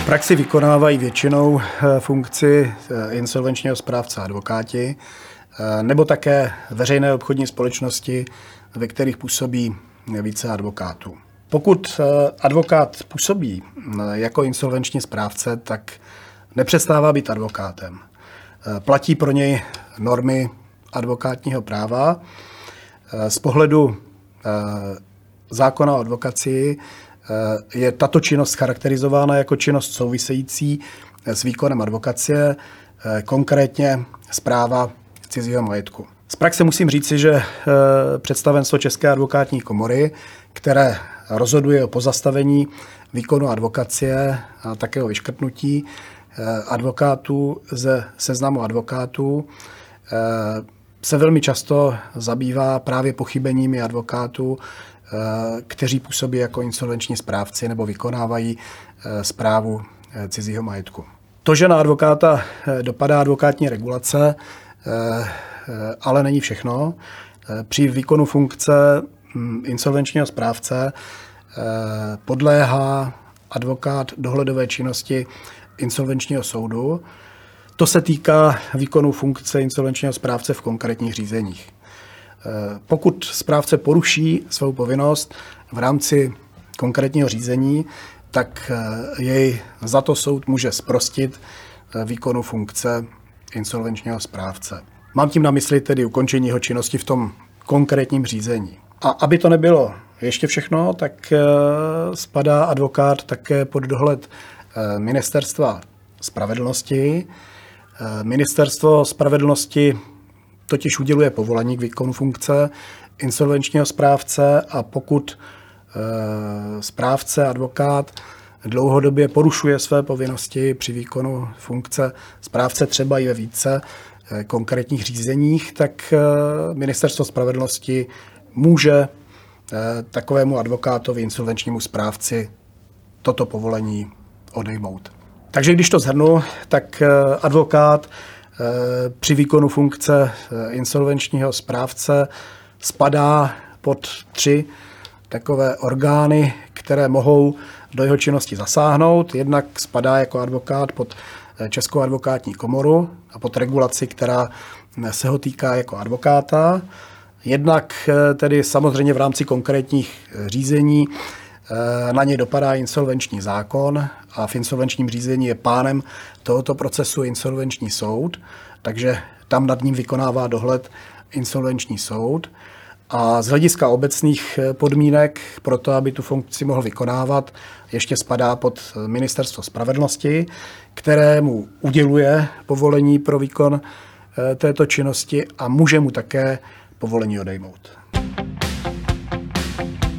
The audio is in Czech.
praxi vykonávají většinou funkci insolvenčního správce advokáti nebo také veřejné obchodní společnosti, ve kterých působí více advokátů. Pokud advokát působí jako insolvenční správce, tak nepřestává být advokátem. Platí pro něj normy advokátního práva. Z pohledu zákona o advokacii je tato činnost charakterizována jako činnost související s výkonem advokacie, konkrétně správa cizího majetku. Z praxe musím říci, že představenstvo České advokátní komory, které rozhoduje o pozastavení výkonu advokacie a také o vyškrtnutí advokátů ze seznamu advokátů, se velmi často zabývá právě pochybeními advokátů, kteří působí jako insolvenční správci nebo vykonávají správu cizího majetku. To, že na advokáta dopadá advokátní regulace, ale není všechno. Při výkonu funkce insolvenčního správce podléhá advokát dohledové činnosti insolvenčního soudu. To se týká výkonu funkce insolvenčního správce v konkrétních řízeních. Pokud správce poruší svou povinnost v rámci konkrétního řízení, tak jej za to soud může zprostit výkonu funkce insolvenčního správce. Mám tím na mysli tedy ukončení jeho činnosti v tom konkrétním řízení. A aby to nebylo ještě všechno, tak spadá advokát také pod dohled Ministerstva spravedlnosti. Ministerstvo spravedlnosti totiž uděluje povolení k výkonu funkce insolvenčního správce a pokud správce, advokát dlouhodobě porušuje své povinnosti při výkonu funkce správce třeba i ve více konkrétních řízeních, tak Ministerstvo spravedlnosti může takovému advokátovi, insolvenčnímu správci toto povolení odejmout. Takže když to shrnu, tak advokát při výkonu funkce insolvenčního správce spadá pod 3 takové orgány, které mohou do jeho činnosti zasáhnout. Jednak spadá jako advokát pod Českou advokátní komoru a pod regulaci, která se ho týká jako advokáta. Jednak tedy samozřejmě v rámci konkrétních řízení na ně dopadá insolvenční zákon a v insolvenčním řízení je pánem tohoto procesu insolvenční soud, takže tam nad ním vykonává dohled insolvenční soud. A z hlediska obecných podmínek pro to, aby tu funkci mohl vykonávat, ještě spadá pod Ministerstvo spravedlnosti, kterému uděluje povolení pro výkon této činnosti a může mu také povolení odejmout.